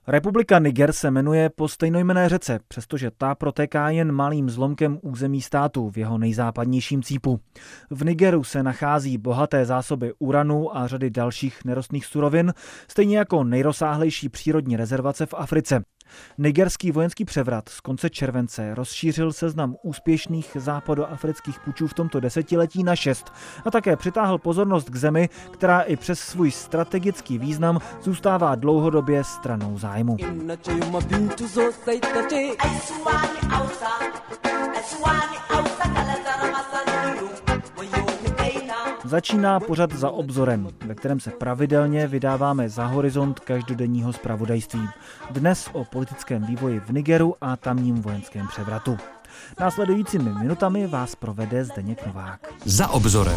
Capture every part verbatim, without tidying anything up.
Republika Niger se jmenuje po stejnojmenné řece, přestože ta protéká jen malým zlomkem území státu v jeho nejzápadnějším cípu. V Nigeru se nachází bohaté zásoby uranu a řady dalších nerostných surovin, stejně jako nejrozsáhlejší přírodní rezervace v Africe. Nigerský vojenský převrat z konce července rozšířil seznam úspěšných západoafrických pučů v tomto desetiletí na šest a také přitáhl pozornost k zemi, která i přes svůj strategický význam zůstává dlouhodobě stranou zájmu. Začíná pořad Za obzorem, ve kterém se pravidelně vydáváme za horizont každodenního zpravodajství. Dnes o politickém vývoji v Nigeru a tamním vojenském převratu. Následujícími minutami vás provede Zdeněk Novák. Za obzorem.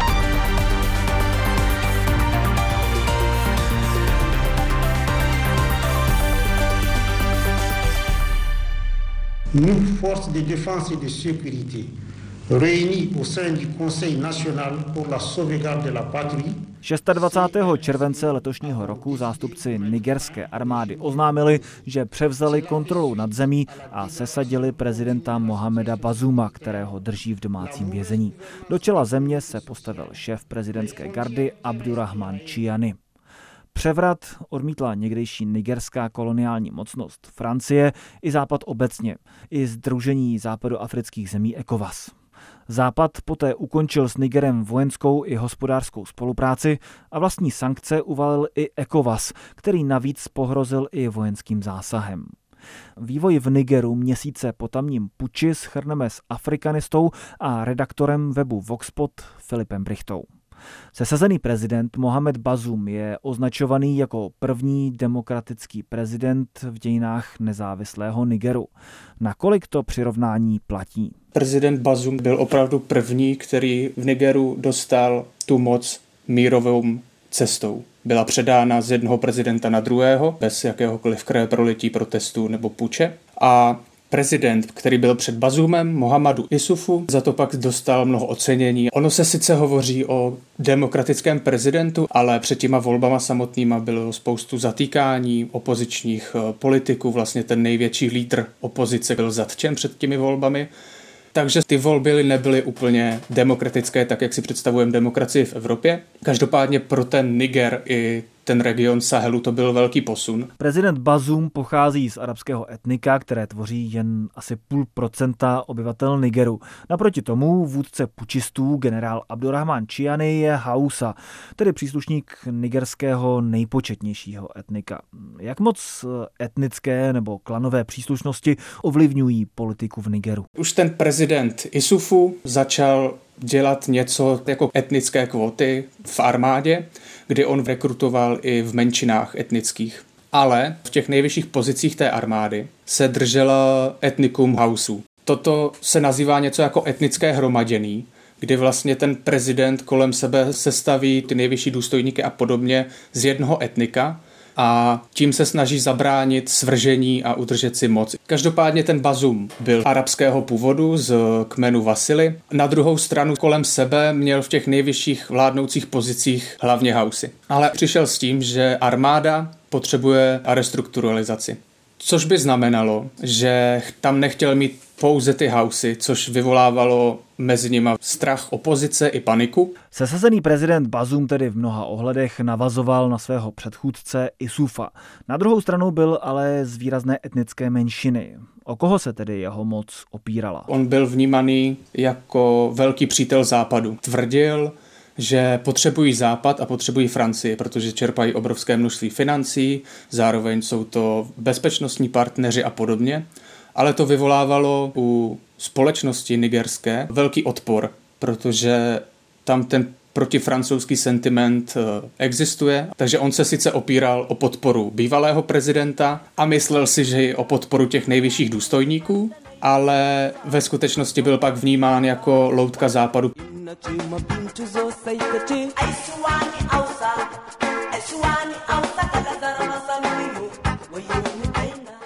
Nous, forces de défense et de sécurité, réunis au sein du Conseil national pour la sauvegarde de la patrie. dvacátého šestého července letošního roku zástupci nigerské armády oznámili, že převzali kontrolu nad zemí a sesadili prezidenta Mohameda Bazuma, kterého drží v domácím vězení. Do čela země se postavil šéf prezidentské gardy Abdurrahman Chiani. Převrat odmítla někdejší nigerská koloniální mocnost Francie i Západ obecně, i Sdružení západoafrických zemí ECOWAS. Západ poté ukončil s Nigerem vojenskou i hospodářskou spolupráci a vlastní sankce uvalil i ECOWAS, který navíc pohrozil i vojenským zásahem. Vývoj v Nigeru měsíce po tamním puči shrneme s afrikanistou a redaktorem webu Voxpot Filipem Brichtou. Sesazený prezident Mohamed Bazoum je označovaný jako první demokratický prezident v dějinách nezávislého Nigeru. Nakolik to přirovnání platí? Prezident Bazoum byl opravdu první, který v Nigeru dostal tu moc mírovou cestou. Byla předána z jednoho prezidenta na druhého, bez jakéhokoliv krveprolití, protestů nebo puče. A prezident, který byl před Bazoumem, Mohamadu Isufu, za to pak dostal mnoho ocenění. Ono se sice hovoří o demokratickém prezidentu, ale před těma volbama samotnýma bylo spoustu zatýkání opozičních politiků. Vlastně ten největší lídr opozice byl zatčen před těmi volbami. Takže ty volby nebyly úplně demokratické, tak jak si představujeme demokracii v Evropě. Každopádně pro ten Niger i ten region Sahelu to byl velký posun. Prezident Bazoum pochází z arabského etnika, které tvoří jen asi půl procenta obyvatel Nigeru. Naproti tomu vůdce pučistů generál Abdurrahman Chiani je Hausa, tedy příslušník nigerského nejpočetnějšího etnika. Jak moc etnické nebo klanové příslušnosti ovlivňují politiku v Nigeru? Už ten prezident Isufu začal dělat něco jako etnické kvóty v armádě, kdy on rekrutoval i v menšinách etnických. Ale v těch nejvyšších pozicích té armády se držela etnikum Hausů. Toto se nazývá něco jako etnické hromadění, kdy vlastně ten prezident kolem sebe sestaví ty nejvyšší důstojníky a podobně z jednoho etnika, a tím se snaží zabránit svržení a udržet si moc. Každopádně ten Bazoum byl arabského původu z kmenu Vasily. Na druhou stranu kolem sebe měl v těch nejvyšších vládnoucích pozicích hlavně Hausy. Ale přišel s tím, že armáda potřebuje restrukturalizaci. Což by znamenalo, že tam nechtěl mít pouze ty Hausy, což vyvolávalo mezi nimi strach opozice i paniku. Sesazený prezident Bazoum tedy v mnoha ohledech navazoval na svého předchůdce Isufa. Na druhou stranu byl ale z výrazné etnické menšiny. O koho se tedy jeho moc opírala? On byl vnímaný jako velký přítel Západu. Tvrdil, že potřebují Západ a potřebují Francii, protože čerpají obrovské množství financí, zároveň jsou to bezpečnostní partneři a podobně. Ale to vyvolávalo u společnosti nigerské velký odpor, protože tam ten protifrancouzský sentiment existuje. Takže on se sice opíral o podporu bývalého prezidenta a myslel si, že i o podporu těch nejvyšších důstojníků, ale ve skutečnosti byl pak vnímán jako loutka Západu.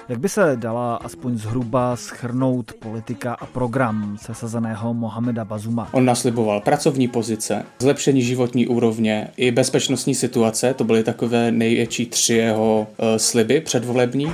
Jak by se dala aspoň zhruba shrnout politika a program sesazeného Mohameda Bazuma? On nasliboval pracovní pozice, zlepšení životní úrovně i bezpečnostní situace, to byly takové největší tři jeho uh, sliby předvolební.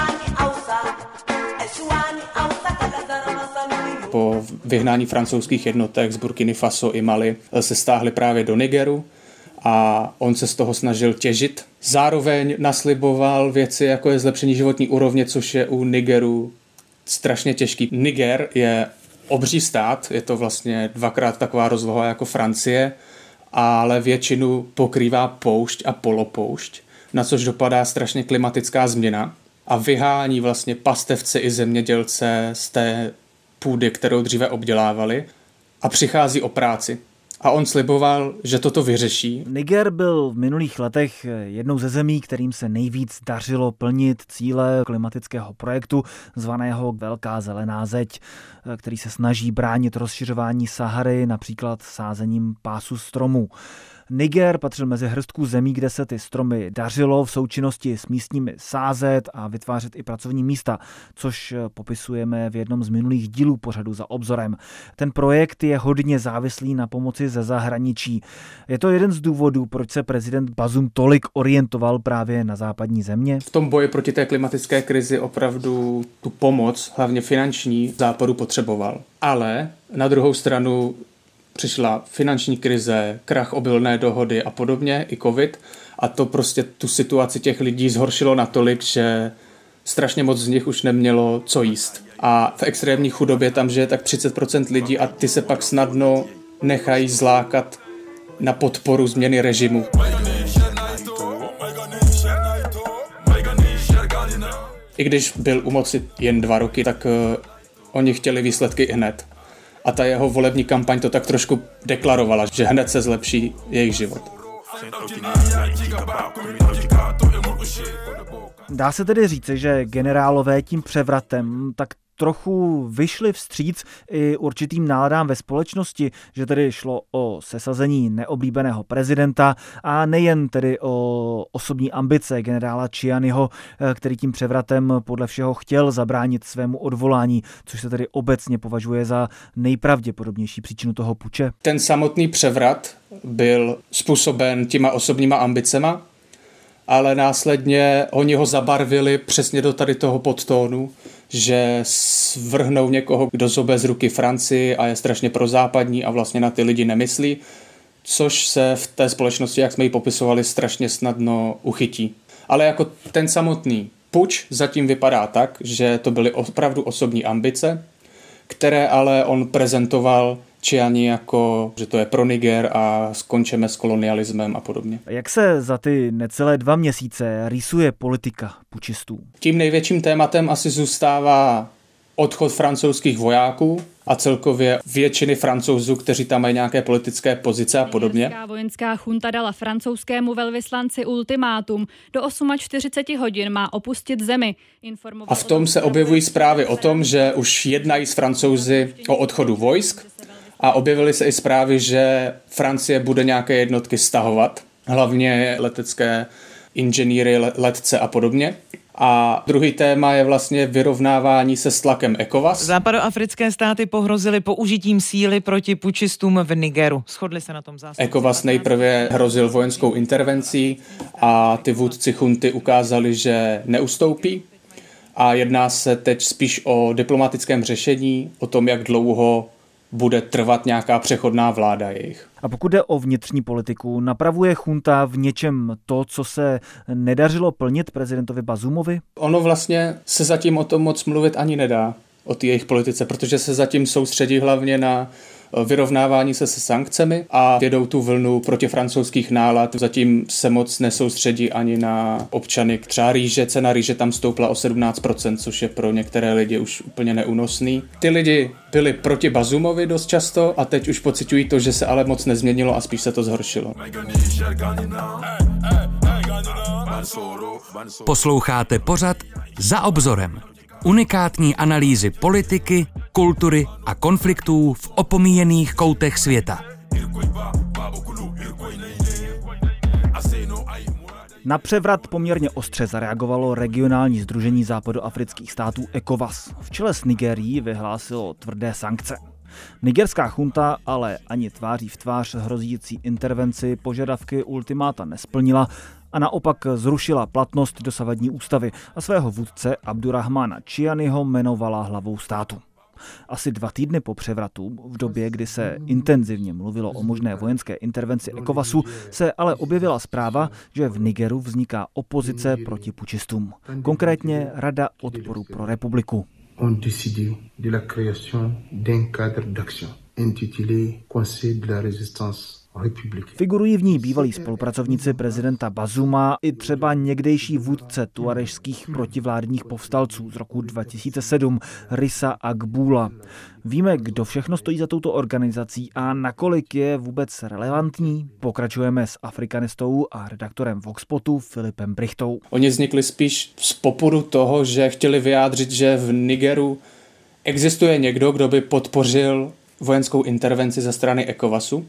Po vyhnání francouzských jednotek z Burkiny Faso i Mali se stáhli právě do Nigeru a on se z toho snažil těžit. Zároveň nasliboval věci, jako je zlepšení životní úrovně, což je u Nigeru strašně těžký. Niger je obří stát, je to vlastně dvakrát taková rozloha jako Francie, ale většinu pokrývá poušť a polopoušť, na což dopadá strašně klimatická změna a vyhání vlastně pastevce i zemědělce z té půdy, kterou dříve obdělávali, a přichází o práci. A on sliboval, že toto vyřeší. Niger byl v minulých letech jednou ze zemí, kterým se nejvíc dařilo plnit cíle klimatického projektu zvaného Velká zelená zeď, který se snaží bránit rozšiřování Sahary například sázením pásu stromů. Niger patřil mezi hrstku zemí, kde se ty stromy dařilo v součinnosti s místními sázet a vytvářet i pracovní místa, což popisujeme v jednom z minulých dílů pořadu Za obzorem. Ten projekt je hodně závislý na pomoci ze zahraničí. Je to jeden z důvodů, proč se prezident Bazoum tolik orientoval právě na západní země? V tom boji proti té klimatické krizi opravdu tu pomoc, hlavně finanční, západu potřeboval. Ale na druhou stranu přišla finanční krize, krach obilné dohody a podobně, i covid, a to prostě tu situaci těch lidí zhoršilo natolik, že strašně moc z nich už nemělo co jíst. A v extrémní chudobě tam žije tak třicet procent lidí a ty se pak snadno nechají zlákat na podporu změny režimu. I když byl u moci jen dva roky, tak uh, oni chtěli výsledky i hned. A ta jeho volební kampaň to tak trošku deklarovala, že hned se zlepší jejich život. Dá se tedy říci, že generálové tím převratem tak trochu vyšli vstříc i určitým náladám ve společnosti, že tedy šlo o sesazení neoblíbeného prezidenta a nejen tedy o osobní ambice generála Chianiho, který tím převratem podle všeho chtěl zabránit svému odvolání, což se tedy obecně považuje za nejpravděpodobnější příčinu toho puče. Ten samotný převrat byl způsoben těma osobníma ambicema, ale následně oni ho zabarvili přesně do tady toho podtónu, že svrhnou někoho, kdo zobe z ruky Francii a je strašně prozápadní a vlastně na ty lidi nemyslí, což se v té společnosti, jak jsme ji popisovali, strašně snadno uchytí. Ale jako ten samotný puč zatím vypadá tak, že to byly opravdu osobní ambice, které ale on prezentoval Chiani jako, že to je pro Niger a skončíme s kolonialismem a podobně. Jak se za ty necelé dva měsíce rýsuje politika pučistů? Tím největším tématem asi zůstává odchod francouzských vojáků a celkově většiny Francouzů, kteří tam mají nějaké politické pozice a podobně. Nigerská vojenská chunta dala francouzskému velvyslanci ultimátum. Do čtyřicet osm hodin má opustit zemi. A v tom se objevují zprávy o tom, že už jednají s Francouzi o odchodu vojsk a objevily se i zprávy, že Francie bude nějaké jednotky stahovat, hlavně letecké inženýry, letce a podobně. A druhý téma je vlastně vyrovnávání se s tlakem ECOWAS. Západoafrické státy pohrozily použitím síly proti pučistům v Nigeru. Shodli se na tom zástupci. ECOWAS nejprve hrozil vojenskou intervencí a ty vůdci chunty ukázali, že neustoupí. A jedná se teď spíš o diplomatickém řešení, o tom, jak dlouho bude trvat nějaká přechodná vláda jejich. A pokud jde o vnitřní politiku, napravuje chunta v něčem to, co se nedařilo plnit prezidentovi Bazoumovi? Ono vlastně se zatím o tom moc mluvit ani nedá, o té jejich politice, protože se zatím soustředí hlavně na vyrovnávání se se sankcemi a jedou tu vlnu protifrancouzských nálad. Zatím se moc nesoustředí ani na občany. Třeba rýže, cena rýže tam stoupla o sedmnáct procent, což je pro některé lidi už úplně neúnosný. Ty lidi byli proti Bazoumovi dost často a teď už pociťují to, že se ale moc nezměnilo a spíš se to zhoršilo. Posloucháte pořad Za obzorem. Unikátní analýzy politiky, kultury a konfliktů v opomíjených koutech světa. Na převrat poměrně ostře zareagovalo regionální sdružení západoafrických států ECOWAS. V čele s Nigérií vyhlásilo tvrdé sankce. Nigerská chunta ale ani tváří v tvář hrozící intervenci požadavky ultimáta nesplnila a naopak zrušila platnost dosavadní ústavy a svého vůdce Abdurrahmana Chianiho jmenovala hlavou státu. Asi dva týdny po převratu, v době, kdy se intenzivně mluvilo o možné vojenské intervenci ECOWASu, se ale objevila zpráva, že v Nigeru vzniká opozice proti pučistům. Konkrétně Rada odporu pro republiku. ont décidé de la création d'un cadre d'action intitulé Conseil de la résistance républicaine. Figurují v ní bývalí spolupracovníci prezidenta Bazuma i třeba někdejší vůdce tuarešských protivládních povstalců z roku dva tisíce sedm Rissa Agbula. Víme, kdo všechno stojí za touto organizací a nakolik je vůbec relevantní? Pokračujeme s afrikanistou a redaktorem Voxpotu Filipem Brichtou. Oni vznikli spíš z popudu toho, že chtěli vyjádřit, že v Nigeru existuje někdo, kdo by podpořil vojenskou intervenci ze strany ECOWASu.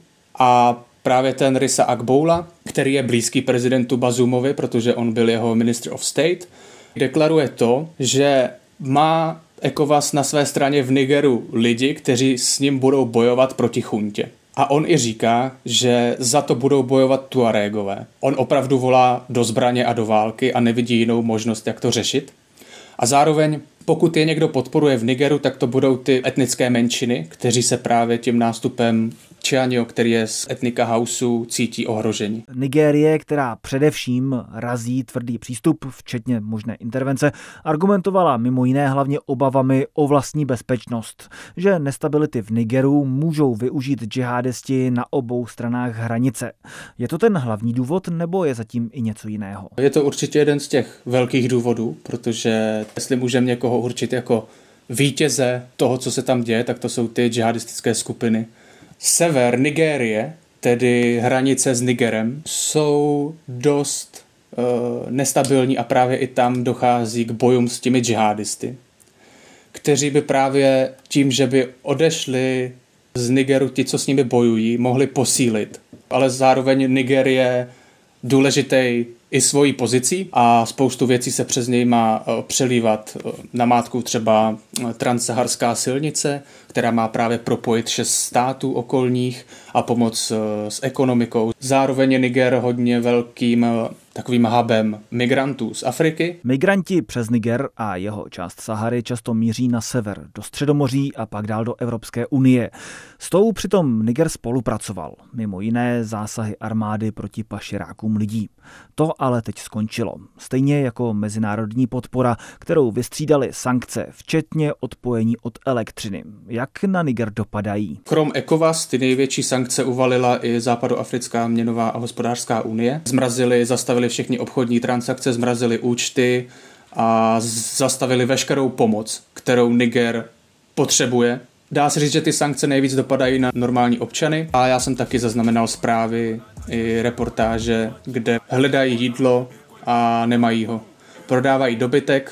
A právě ten Rissa Agboula, který je blízký prezidentu Bazumovi, protože on byl jeho Minister of State, deklaruje to, že má ECOWAS na své straně v Nigeru lidi, kteří s ním budou bojovat proti chuntě. A on i říká, že za to budou bojovat Tuaregové. On opravdu volá do zbraně a do války a nevidí jinou možnost, jak to řešit. A zároveň, pokud je někdo podporuje v Nigeru, tak to budou ty etnické menšiny, kteří se právě tím nástupem Chianiho, který je z etnika Hausu, cítí ohrožení. Nigérie, která především razí tvrdý přístup, včetně možné intervence, argumentovala mimo jiné hlavně obavami o vlastní bezpečnost, že nestability v Nigeru můžou využít džihádisti na obou stranách hranice. Je to ten hlavní důvod, nebo je zatím i něco jiného? Je to určitě jeden z těch velkých důvodů, protože jestli můžeme někoho určit jako vítěze toho, co se tam děje, tak to jsou ty džihadistické skupiny. Sever Nigérie, tedy hranice s Nigerem, jsou dost uh, nestabilní a právě i tam dochází k bojům s těmi džihadisty, kteří by právě tím, že by odešli z Nigeru ti, co s nimi bojují, mohli posílit. Ale zároveň Niger je důležitý i svojí pozicí a spoustu věcí se přes něj má přelívat. Namátkou třeba transsaharská silnice, která má právě propojit šest států okolních a pomoct s ekonomikou. Zároveň je Niger hodně velkým takovým hubem migrantů z Afriky. Migranti přes Niger a jeho část Sahary často míří na sever, do Středomoří a pak dál do Evropské unie. S tou přitom Niger spolupracoval, mimo jiné zásahy armády proti pašerákům lidí. To ale teď skončilo. Stejně jako mezinárodní podpora, kterou vystřídaly sankce, včetně odpojení od elektřiny. Jak na Niger dopadají? Krom ECOWAS ty největší sankce uvalila i Západoafrická měnová a hospodářská unie. Zmrazili, zastavili všechny obchodní transakce, zmrazili účty a zastavili veškerou pomoc, kterou Niger potřebuje. Dá se říct, že ty sankce nejvíc dopadají na normální občany a já jsem taky zaznamenal zprávy i reportáže, kde hledají jídlo a nemají ho. Prodávají dobytek.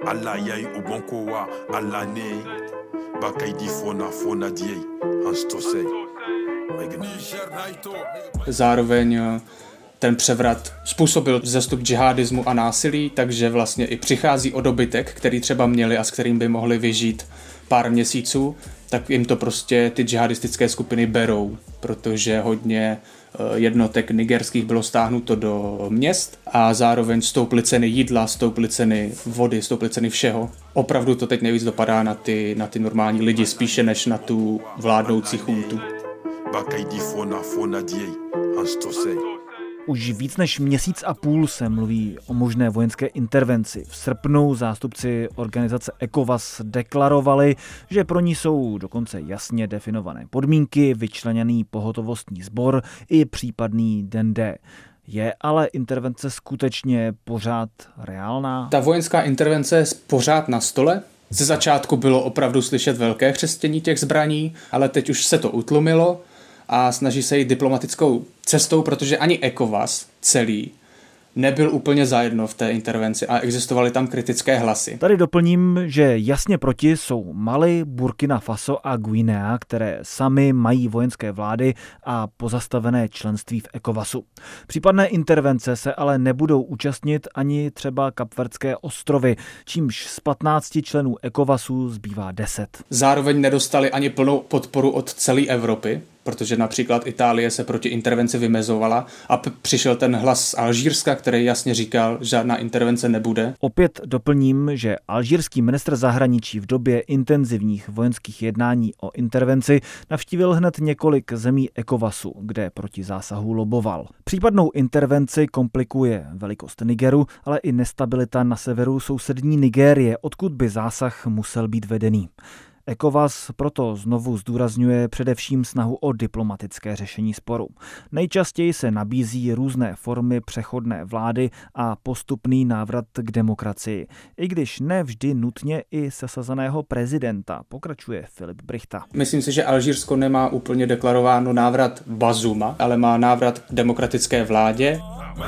Zároveň ten převrat způsobil vzestup džihadismu a násilí, takže vlastně i přichází o dobytek, který třeba měli a s kterým by mohli vyžít pár měsíců, tak jim to prostě ty džihadistické skupiny berou, protože hodně jednotek nigerských bylo stáhnuto do měst a zároveň stouply ceny jídla, stouply ceny vody, stouply ceny všeho. Opravdu to teď nejvíc dopadá na ty, na ty normální lidi, spíše než na tu vládnoucí chuntu. Už víc než měsíc a půl se mluví o možné vojenské intervenci. V srpnu zástupci organizace ECOWAS deklarovali, že pro ní jsou dokonce jasně definované podmínky, vyčleněný pohotovostní sbor i případný den D. Je ale intervence skutečně pořád reálná? Ta vojenská intervence je pořád na stole. Ze začátku bylo opravdu slyšet velké chřestění těch zbraní, ale teď už se to utlumilo a snaží se jít diplomatickou cestou, protože ani ECOWAS celý nebyl úplně zajedno v té intervenci a existovaly tam kritické hlasy. Tady doplním, že jasně proti jsou Mali, Burkina Faso a Guinea, které sami mají vojenské vlády a pozastavené členství v ECOWASu. Případné intervence se ale nebudou účastnit ani třeba Kapverdské ostrovy, čímž z patnácti členů ECOWASu zbývá deset. Zároveň nedostali ani plnou podporu od celé Evropy, protože například Itálie se proti intervenci vymezovala a p- přišel ten hlas z Alžírska, který jasně říkal, že žádná intervence nebude. Opět doplním, že alžírský ministr zahraničí v době intenzivních vojenských jednání o intervenci navštívil hned několik zemí ECOWASu, kde proti zásahu loboval. Případnou intervenci komplikuje velikost Nigeru, ale i nestabilita na severu sousední Nigérie, odkud by zásah musel být vedený. ECOWAS proto znovu zdůrazňuje především snahu o diplomatické řešení sporu. Nejčastěji se nabízí různé formy přechodné vlády a postupný návrat k demokracii, i když ne vždy nutně i sesazeného prezidenta, pokračuje Filip Brichta. Myslím si, že Alžírsko nemá úplně deklarováno návrat Bazuma, ale má návrat k demokratické vládě.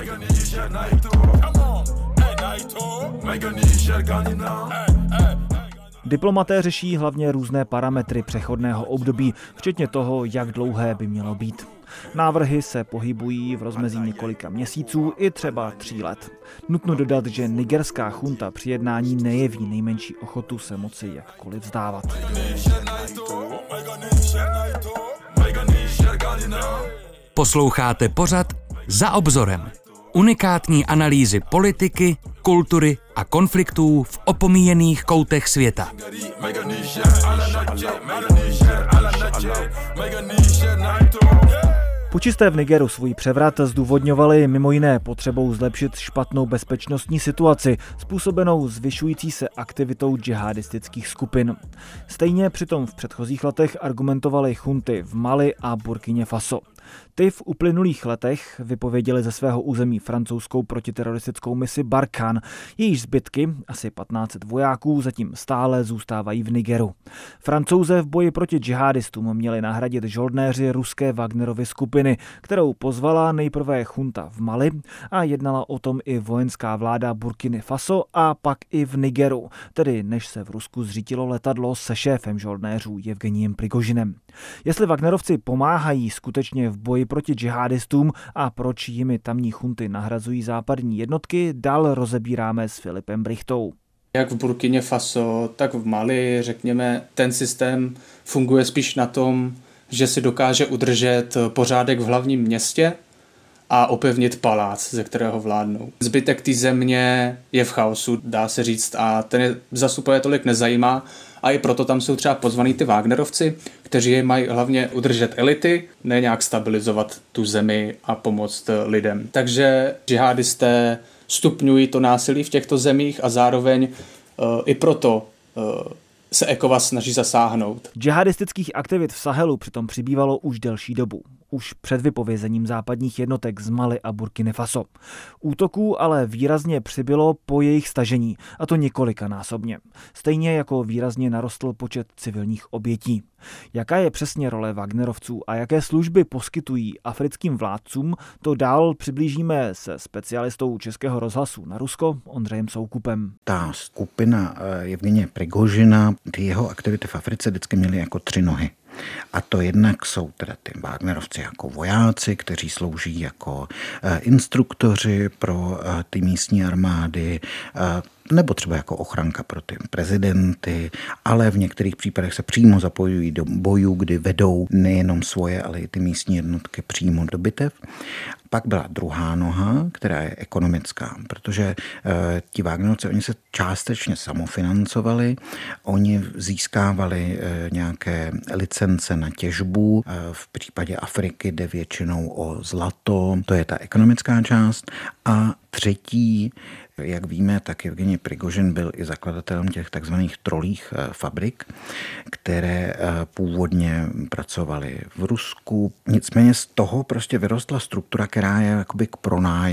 Diplomaté řeší hlavně různé parametry přechodného období, včetně toho, jak dlouhé by mělo být. Návrhy se pohybují v rozmezí několika měsíců i třeba tří let. Nutno dodat, že nigerská chunta při jednání nejeví nejmenší ochotu se moci jakkoliv vzdávat. Posloucháte pořad Za obzorem. Unikátní analýzy politiky, kultury a konfliktů v opomíjených koutech světa. Pučisté v Nigeru svůj převrat zdůvodňovali mimo jiné potřebou zlepšit špatnou bezpečnostní situaci, způsobenou zvyšující se aktivitou džihadistických skupin. Stejně přitom v předchozích letech argumentovaly chunty v Mali a Burkině Faso. Ty v uplynulých letech vypověděli ze svého území francouzskou protiteroristickou misi Barkhane. Jejíž zbytky, asi patnáct set vojáků, zatím stále zůstávají v Nigeru. Francouze v boji proti džihadistům měli nahradit žoldnéři ruské Wagnerovy skupiny, kterou pozvala nejprve chunta v Mali a jednala o tom i vojenská vláda Burkiny Faso a pak i v Nigeru, tedy než se v Rusku zřítilo letadlo se šéfem žoldnéřů Jevgeniem Prigožinem. Jestli Wagnerovci pomáhají skutečně v boji proti džihadistům a proč jimi tamní chunty nahrazují západní jednotky, dál rozebíráme s Filipem Brichtou. Jak v Burkině Faso, tak v Mali, řekněme, ten systém funguje spíš na tom, že si dokáže udržet pořádek v hlavním městě a opevnit palác, ze kterého vládnou. Zbytek té země je v chaosu, dá se říct, a ten je zastupuje tolik nezajímá a i proto tam jsou třeba pozvaný ty Wagnerovci, kteří je mají hlavně udržet elity, ne nějak stabilizovat tu zemi a pomoct lidem. Takže džihadisté stupňují to násilí v těchto zemích a zároveň uh, i proto uh, se ECOWAS snaží zasáhnout. Džihadistických aktivit v Sahelu přitom přibývalo už delší dobu. Už před vypovězením západních jednotek z Mali a Burkiny Faso. Útoků ale výrazně přibylo po jejich stažení, a to několikanásobně. Stejně jako výrazně narostl počet civilních obětí. Jaká je přesně role Wagnerovců a jaké služby poskytují africkým vládcům, to dál přiblížíme se specialistou Českého rozhlasu na Rusko Ondřejem Soukupem. Ta skupina Jevgenie Prigožina, ty jeho aktivity v Africe vždycky měly jako tři nohy. A to jednak jsou teda ty Wagnerovci jako vojáci, kteří slouží jako instruktoři pro ty místní armády, nebo třeba jako ochranka pro ty prezidenty, ale v některých případech se přímo zapojují do bojů, kdy vedou nejenom svoje, ale i ty místní jednotky přímo do bitev. Pak byla druhá noha, která je ekonomická, protože e, ti Wagnerovci, oni se částečně samofinancovali, oni získávali e, nějaké licence na těžbu, e, v případě Afriky jde většinou o zlato, to je ta ekonomická část. A třetí, jak víme, tak Jevgenij Prigožin byl i zakladatelem těch takzvaných trolích fabrik, které původně pracovaly v Rusku. Nicméně z toho prostě vyrostla struktura, která je jakoby k pronájmu.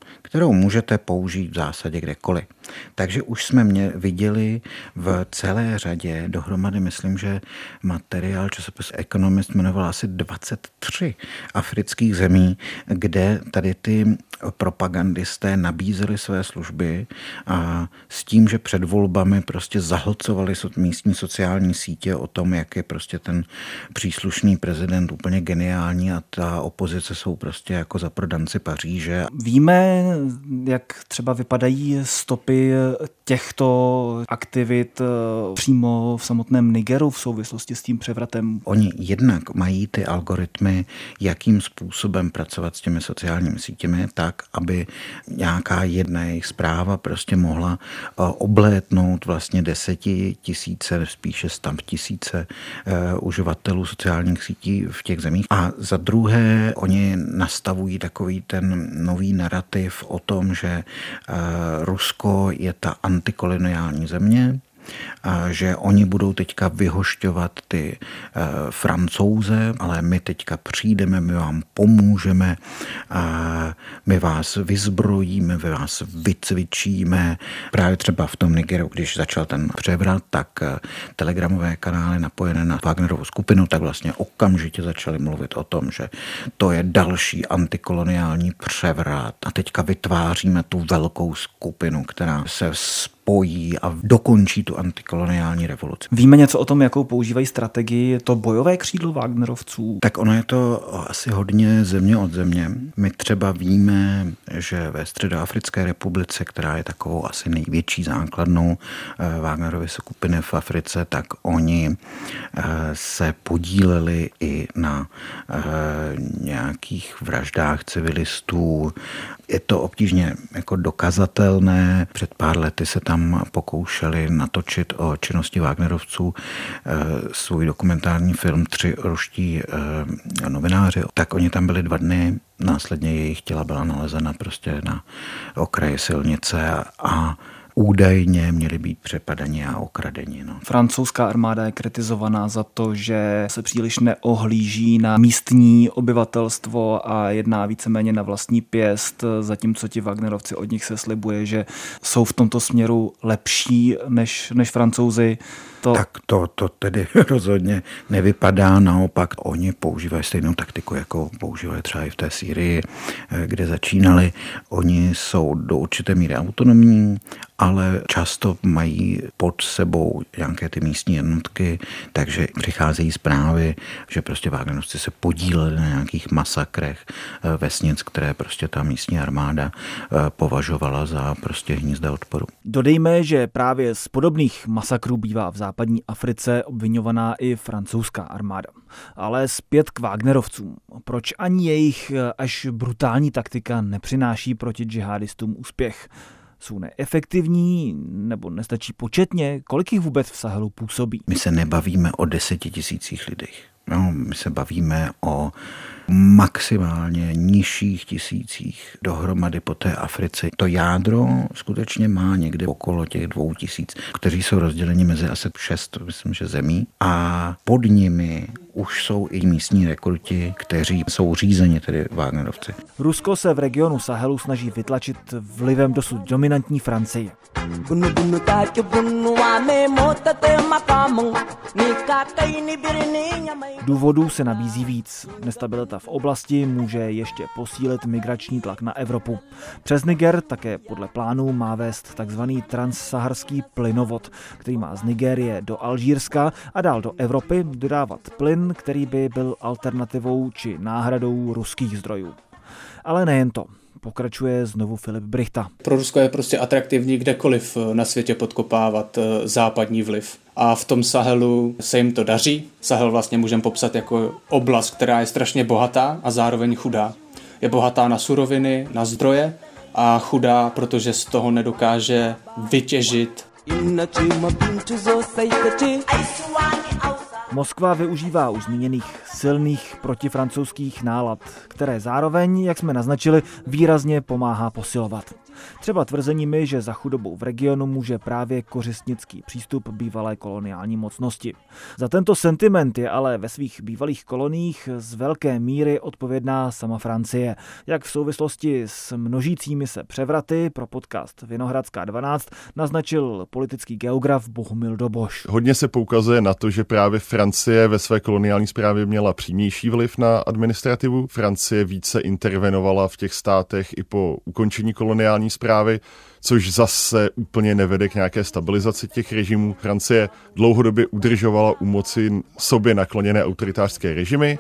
kterou můžete použít v zásadě kdekoliv. Takže už jsme mě viděli v celé řadě, dohromady myslím, že materiál časopis Economist jmenoval asi dvacet tři afrických zemí, kde tady ty propagandisté nabízeli své služby a s tím, že před volbami prostě zahlcovali místní sociální sítě o tom, jak je prostě ten příslušný prezident úplně geniální a ta opozice jsou prostě jako zaprodanci Paříže. Víme, jak třeba vypadají stopy těchto aktivit přímo v samotném Nigeru v souvislosti s tím převratem? Oni jednak mají ty algoritmy, jakým způsobem pracovat s těmi sociálními sítěmi, tak, aby nějaká jedna jejich zpráva prostě mohla oblétnout vlastně deseti tisíce, spíše stav tisíce uživatelů sociálních sítí v těch zemích. A za druhé, oni nastavují takový ten nový narrativ o tom, že Rusko je ta antikoloniální země, a že oni budou teďka vyhošťovat ty e, Francouze, ale my teďka přijdeme, my vám pomůžeme, a my vás vyzbrojíme, my vás vycvičíme. Právě třeba v tom Nigeru, když začal ten převrat, tak telegramové kanály napojené na Wagnerovu skupinu, tak vlastně okamžitě začali mluvit o tom, že to je další antikoloniální převrat a teďka vytváříme tu velkou skupinu, která se spojí a dokončí tu antikoloniální revoluci. Víme něco o tom, jakou používají strategii to bojové křídlo Wagnerovců? Tak ono je to asi hodně země od země. My třeba víme, že ve Středoafrické republice, která je takovou asi největší základnou Wagnerovy skupiny v Africe, tak oni se podíleli i na nějakých vraždách civilistů. Je to obtížně jako dokazatelné. Před pár lety se tam pokoušeli natočit o činnosti Wagnerovců svůj dokumentární film Tři ruští novináři. Tak oni tam byli dva dny, následně jejich těla byla nalezena prostě na okraji silnice a údajně měli být přepadeni a okradeni. No. Francouzská armáda je kritizovaná za to, že se příliš neohlíží na místní obyvatelstvo a jedná víceméně na vlastní pěst, zatímco ti Wagnerovci od nich se slibuje, že jsou v tomto směru lepší než, než Francouzi. To... Tak to, to tedy rozhodně nevypadá, naopak oni používají stejnou taktiku, jako používali třeba i v té Sýrii, kde začínali. Oni jsou do určité míry autonomní, ale často mají pod sebou nějaké ty místní jednotky, takže přicházejí zprávy, že prostě Wagnerovci se podíleli na nějakých masakrech vesnic, které prostě ta místní armáda považovala za prostě hnízda odporu. Dodejme, že právě z podobných masakrů bývá v západní Africe obviňovaná i francouzská armáda. Ale zpět k Wagnerovcům. Proč ani jejich až brutální taktika nepřináší proti džihadistům úspěch? Jsou neefektivní nebo nestačí početně? Kolik jich vůbec v Sahelu působí? My se nebavíme o deseti tisících lidech. No, my se bavíme o maximálně nižších tisících dohromady po té Africe. To jádro skutečně má někde okolo těch dvou tisíc, kteří jsou rozděleni mezi asi šest, myslím, že zemí. A pod nimi už jsou i místní rekruti, kteří jsou řízeni, tedy Wagnerovci. Rusko se v regionu Sahelu snaží vytlačit vlivem dosud dominantní Francii. Důvodů se nabízí víc. Nestabilita v oblasti může ještě posílit migrační tlak na Evropu. Přes Niger také podle plánu má vést takzvaný transsaharský plynovod, který má z Nigérie do Alžírska a dál do Evropy dodávat plyn, který by byl alternativou či náhradou ruských zdrojů. Ale nejen to. Pokračuje znovu Filip Brychta. Pro Rusko je prostě atraktivní kdekoliv na světě podkopávat západní vliv. A v tom Sahelu se jim to daří. Sahel vlastně můžeme popsat jako oblast, která je strašně bohatá a zároveň chudá. Je bohatá na suroviny, na zdroje a chudá, protože z toho nedokáže vytěžit. Moskva využívá už zmíněných silných protifrancouzských nálad, které zároveň, jak jsme naznačili, výrazně pomáhá posilovat. Třeba tvrzeními, že za chudobou v regionu může právě kořistnický přístup bývalé koloniální mocnosti. Za tento sentiment je ale ve svých bývalých koloniích z velké míry odpovědná sama Francie. Jak v souvislosti s množícími se převraty pro podcast Vinohradská dvanáct naznačil politický geograf Bohumil Doboš. Hodně se poukazuje na to, že právě Francie ve své koloniální správě měla přímější vliv na administrativu. Francie více intervenovala v těch státech i po ukončení koloniální správy, což zase úplně nevede k nějaké stabilizaci těch režimů. Francie dlouhodobě udržovala u moci sobě nakloněné autoritářské režimy.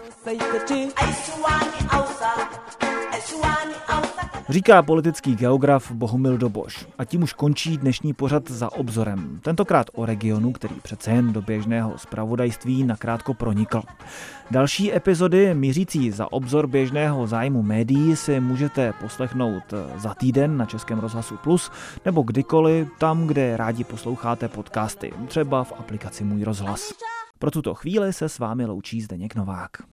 Říká politický geograf Bohumil Doboš. A tím už končí dnešní pořad Za obzorem. Tentokrát o regionu, který přece jen do běžného zpravodajství nakrátko pronikl. Další epizody mířící za obzor běžného zájmu médií si můžete poslechnout za týden na Českém rozhlasu Plus nebo kdykoliv tam, kde rádi posloucháte podcasty, třeba v aplikaci Můj rozhlas. Pro tuto chvíli se s vámi loučí Zdeněk Novák.